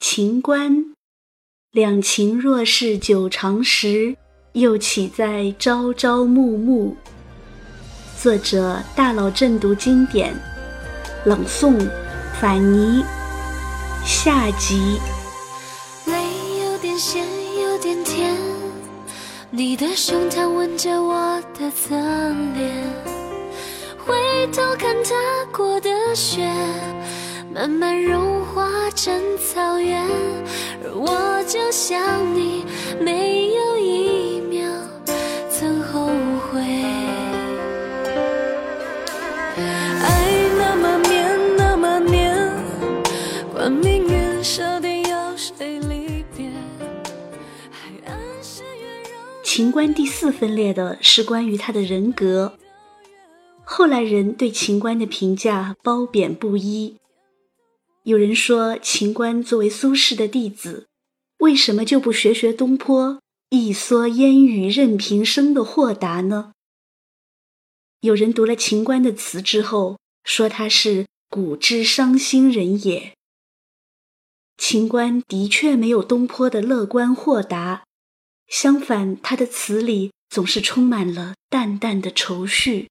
秦观，两情若是久长时，又岂在朝朝暮暮。作者大佬正读经典，朗诵反尼，下集。 泪有点咸有点甜，你的胸膛吻着我的侧脸，回头看踏过的雪慢慢融化成草原，而我就像你，没有一秒曾后悔。爱那么绵那么黏，管命运设定要谁离别，海岸是月柔。 秦观第4分裂的是关于他的人格。后来人对秦观的评价褒贬不一。有人说秦观作为苏轼的弟子，为什么就不学学东坡一蓑烟雨任平生的豁达呢？有人读了秦观的词之后，说他是古之伤心人也。秦观的确没有东坡的乐观豁达，相反，他的词里总是充满了淡淡的愁绪。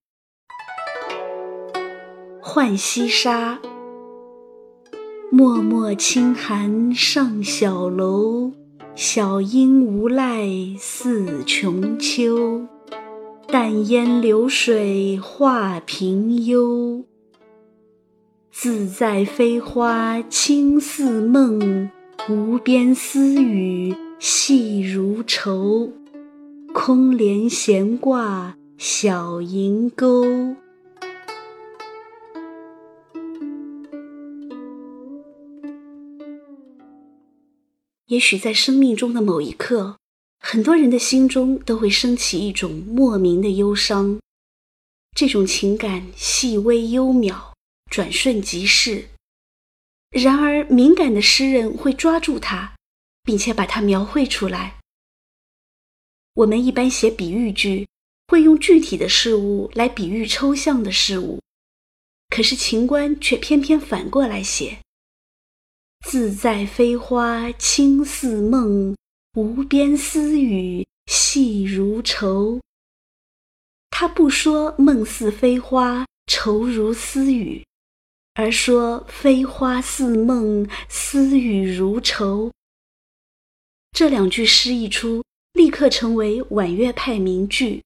浣溪沙，脉脉轻寒上小楼，小应无赖似穷秋。淡烟流水画屏幽，自在飞花轻似梦，无边丝雨细如愁。空帘闲挂小银钩。也许在生命中的某一刻，很多人的心中都会升起一种莫名的忧伤。这种情感细微幽渺，转瞬即逝。然而敏感的诗人会抓住它，并且把它描绘出来。我们一般写比喻句，会用具体的事物来比喻抽象的事物，可是秦观却偏偏反过来写。自在飞花轻似梦，无边丝雨细如愁。他不说梦似飞花，愁如丝雨，而说飞花似梦，丝雨如愁。这2句诗一出，立刻成为婉约派名句。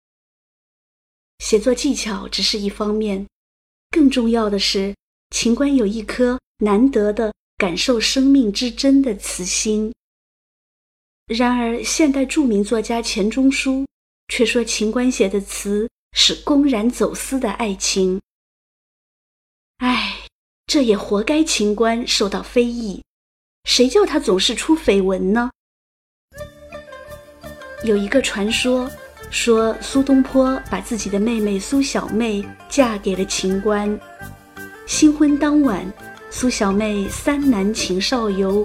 写作技巧只是一方面，更重要的是，秦观有一颗难得的感受生命之真的慈心。然而现代著名作家钱钟书却说秦观写的词是公然走私的爱情。这也活该秦观受到非议，谁叫他总是出绯闻呢？有一个传说，说苏东坡把自己的妹妹苏小妹嫁给了秦观。新婚当晚，苏小妹3男情少游。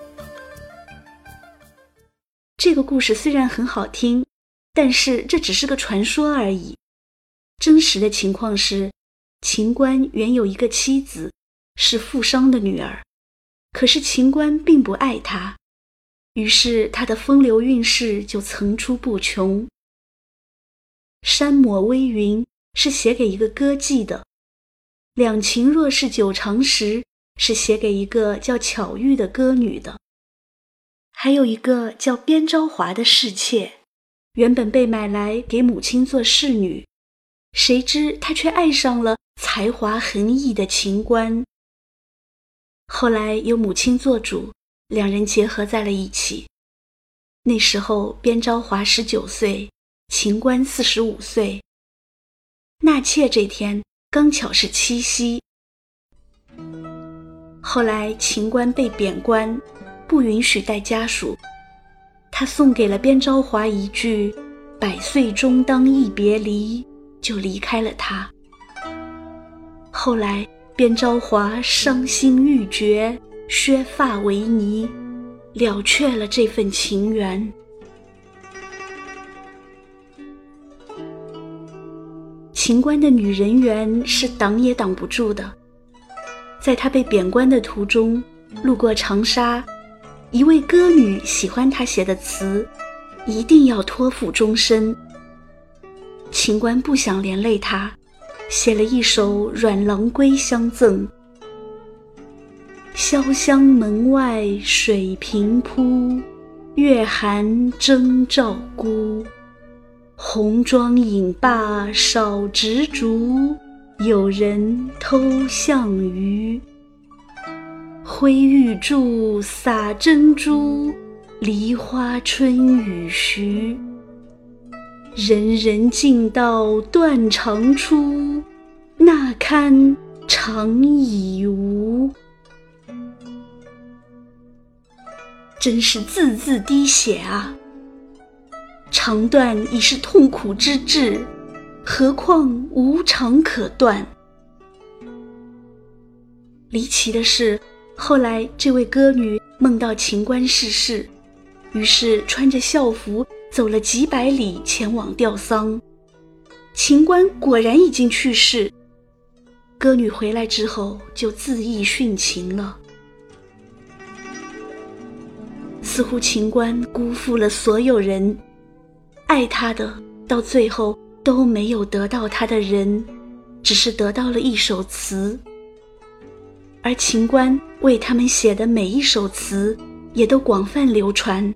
这个故事虽然很好听，但是这只是个传说而已。真实的情况是，秦观原有一个妻子，是富商的女儿，可是秦观并不爱她，于是他的风流韵事就层出不穷。山抹微云是写给一个歌妓的，两情若是久长时是写给一个叫巧玉的歌女的，还有一个叫边朝华的侍妾，原本被买来给母亲做侍女，谁知她却爱上了才华横溢的秦观。后来由母亲做主，两人结合在了一起。那时候边朝华19岁，秦观45岁。纳妾这天刚巧是七夕。后来秦观被贬官，不允许带家属，他送给了边朝华一句“100岁终当一别离”，就离开了他。后来边朝华伤心欲绝，削发为尼，了却了这份情缘。秦观的女人缘是挡也挡不住的。在他被贬官的途中，路过长沙， 一位歌女喜欢他写的词，一定要托付终身。秦观不想连累他，写了一首《阮郎归相赠》。潇湘门外水平铺，月寒征照孤。红妆饮罢少执着，有人偷项羽。挥玉柱洒珍珠，梨花春雨徐。人人尽道断肠出，那堪长已无。真是字字滴血啊！肠断已是痛苦之至，何况无肠可断。离奇的是，后来这位歌女梦到秦观逝世，于是穿着校服走了几百里前往吊丧。秦观果然已经去世，歌女回来之后就自缢殉情了。似乎秦观辜负了所有人，爱他的到最后都没有得到他的人，只是得到了一首词。而秦观为他们写的每一首词也都广泛流传。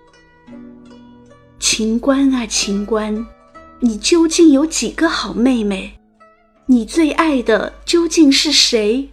秦观啊秦观，你究竟有几个好妹妹？你最爱的究竟是谁？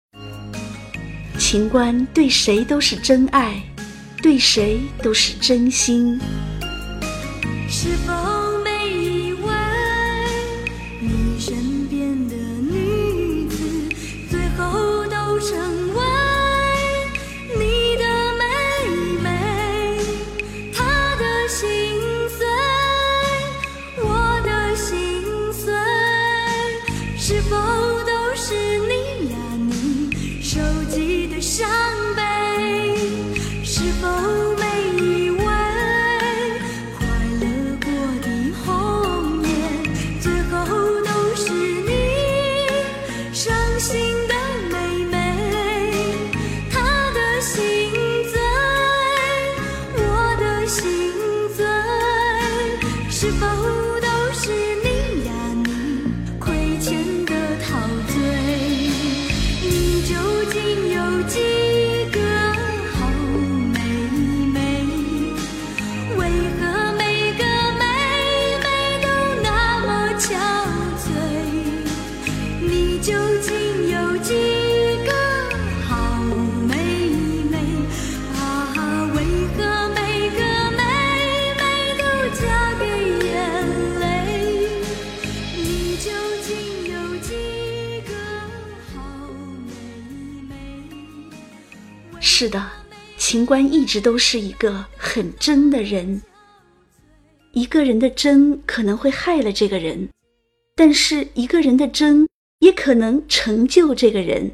秦观对谁都是真爱，对谁都是真心。 是否每一位你身边的女子，最后都成为你的妹妹？她的心碎，我的心碎，是否都是你呀你收集的伤悲？是否每一位快乐过的红颜，最后都是你伤心的妹妹？她的心醉，我的心醉，是否都是你呀你亏欠的陶醉？你究竟有几个好妹妹？为何每个妹妹都那么憔悴？你究竟有几个好妹妹啊？为何每个妹妹都嫁给眼泪？你究竟有几个好妹妹？ 是的，秦观一直都是一个很真的人。一个人的真可能会害了这个人，但是一个人的真也可能成就这个人。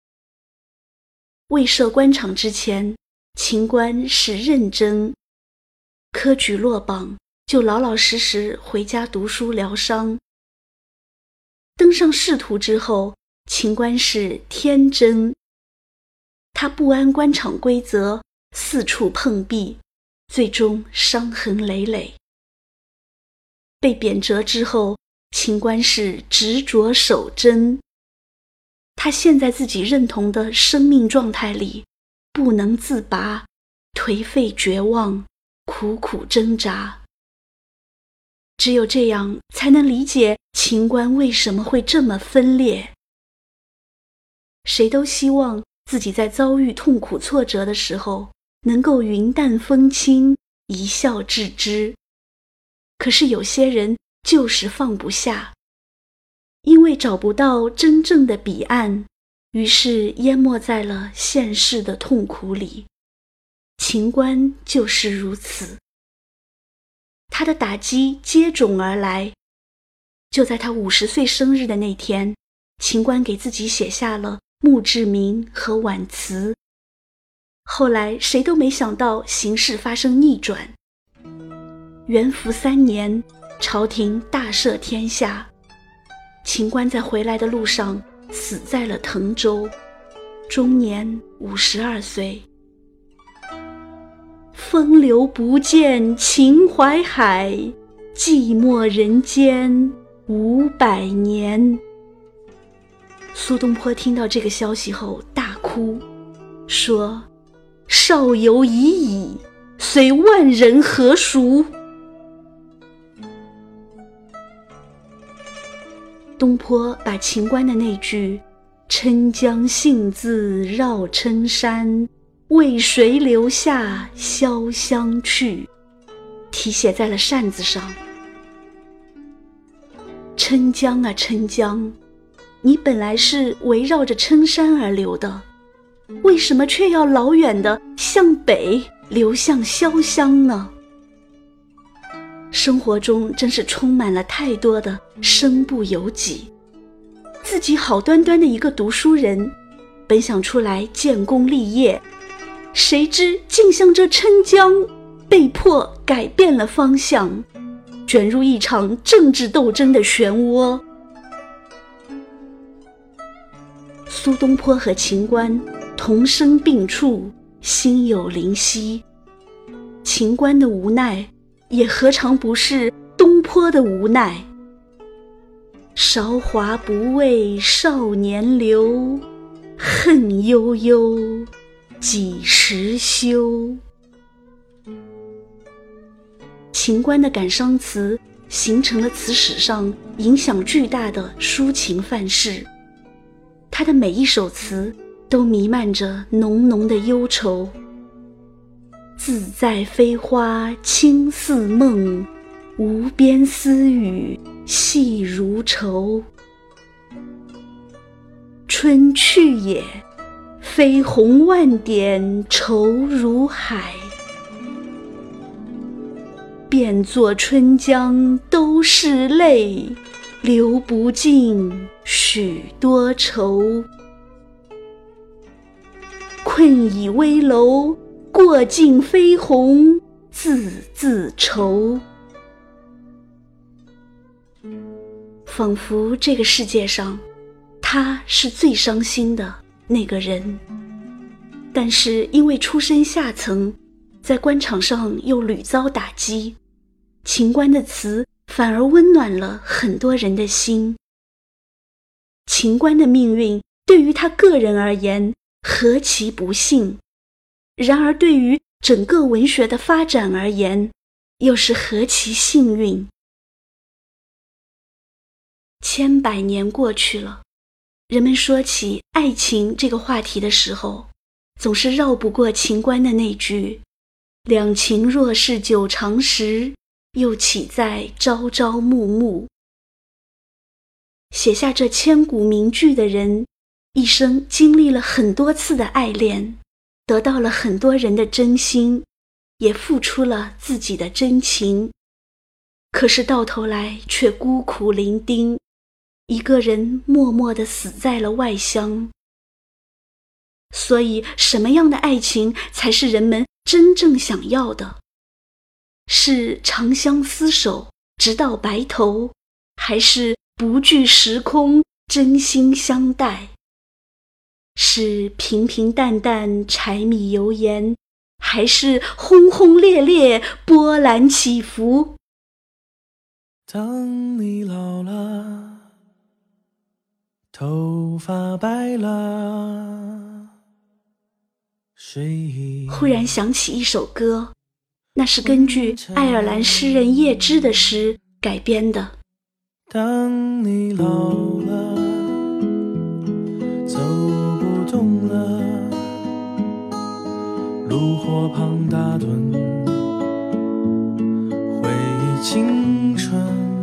未设官场之前，秦观是认真，科举落榜就老老实实回家读书疗伤。登上仕途之后，秦观是天真，他不谙官场规则，四处碰壁，最终伤痕累累。被贬谪之后，秦观是执着守贞，他陷在自己认同的生命状态里，不能自拔，颓废绝望，苦苦挣扎。只有这样才能理解秦观为什么会这么分裂。谁都希望自己在遭遇痛苦挫折的时候能够云淡风轻，一笑置之。可是有些人就是放不下，因为找不到真正的彼岸，于是淹没在了现世的痛苦里。秦观就是如此，他的打击接踵而来。就在他50岁生日的那天，秦观给自己写下了墓志铭和挽词。后来谁都没想到形势发生逆转。元符3年，朝廷大赦天下，秦观在回来的路上死在了滕州，终年52岁。 风流不见秦淮海，寂寞人间500年。苏东坡听到这个消息后大哭，说：少游已矣，虽万人何赎。东坡把秦观的那句郴江幸自绕郴山，为谁留下潇湘去题写在了扇子上。郴江啊郴江，你本来是围绕着郴山而流的，为什么却要老远的向北流向潇湘呢？生活中真是充满了太多的身不由己。自己好端端的一个读书人，本想出来建功立业，谁知竟向这郴江被迫改变了方向，卷入一场政治斗争的漩涡。苏东坡和秦观同生并处，心有灵犀。秦观的无奈也何尝不是东坡的无奈？韶华不为少年留，恨悠悠几时休。秦观的感伤词形成了词史上影响巨大的抒情范式，他的每一首词都弥漫着浓浓的忧愁。自在飞花轻似梦，无边丝雨细如愁。春去也，飞鸿万点愁如海。变作春江都是泪，流不尽许多愁。困倚危楼，过尽飞鸿自自愁。仿佛这个世界上，他是最伤心的那个人，但是因为出身下层，在官场上又屡遭打击，秦观的词反而温暖了很多人的心。秦观的命运对于他个人而言何其不幸，然而对于整个文学的发展而言又是何其幸运。千百年过去了，人们说起爱情这个话题的时候，总是绕不过秦观的那句两情若是久长时，又岂在朝朝暮暮。写下这千古名句的人，一生经历了很多次的爱恋，得到了很多人的真心，也付出了自己的真情，可是到头来却孤苦伶仃，一个人默默地死在了外乡。所以什么样的爱情才是人们真正想要的？是长相厮守直到白头，还是不惧时空真心相待？是平平淡淡柴米油盐，还是轰轰烈烈波澜起伏？ 当你老了，头发白了， 忽然想起一首歌，那是根据爱尔兰诗人叶芝的诗改编的。 当你老了，走不动了，炉火旁打盹，回忆青春。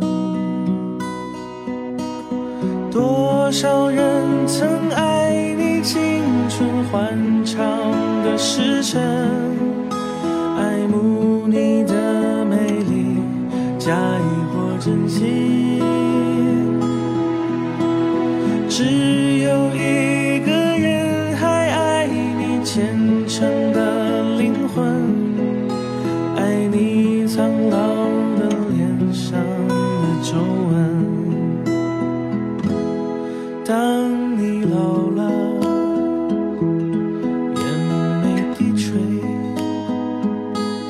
多少人曾爱你青春欢唱的时辰，爱慕你的美丽，假意或真心。只有一个人还爱你虔诚的灵魂，爱你苍老的脸上的皱纹。当你老了，眼眉低垂，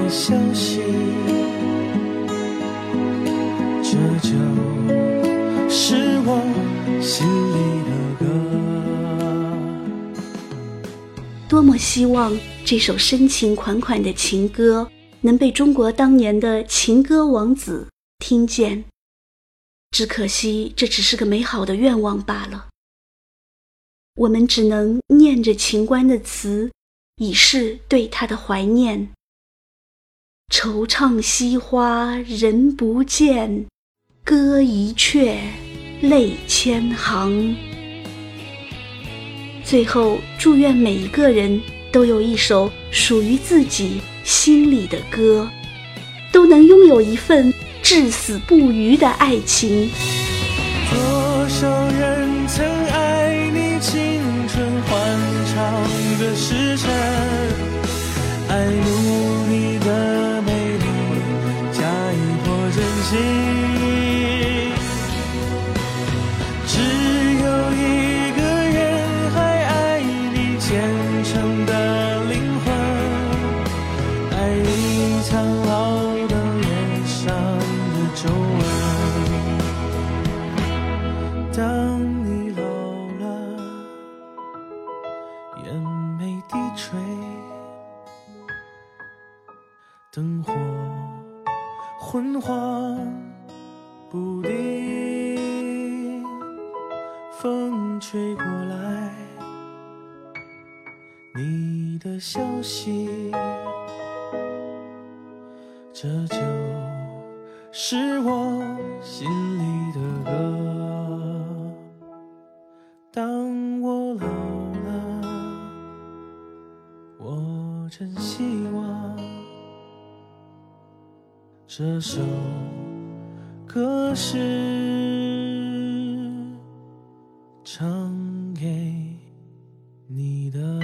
消息，这就是我心里的歌。 多么希望这首深情款款的情歌能被中国当年的情歌王子听见，只可惜这只是个美好的愿望罢了。我们只能念着情关的词，以示对他的怀念。惆怅惜花人不见，歌一阙泪千行。最后，祝愿每一个人都有一首属于自己心里的歌，都能拥有一份至死不渝的爱情。 多少人曾爱你青春欢畅的时辰，爱慕你的美丽，假意或真心。只有一个人还爱你虔诚的灵魂，爱你苍老的脸上的皱纹。当你老了，眼眉低垂，灯火昏黄不定，风吹过来，你的消息，这就是我心里的歌。当我老了，我真希望这首歌是唱给你的。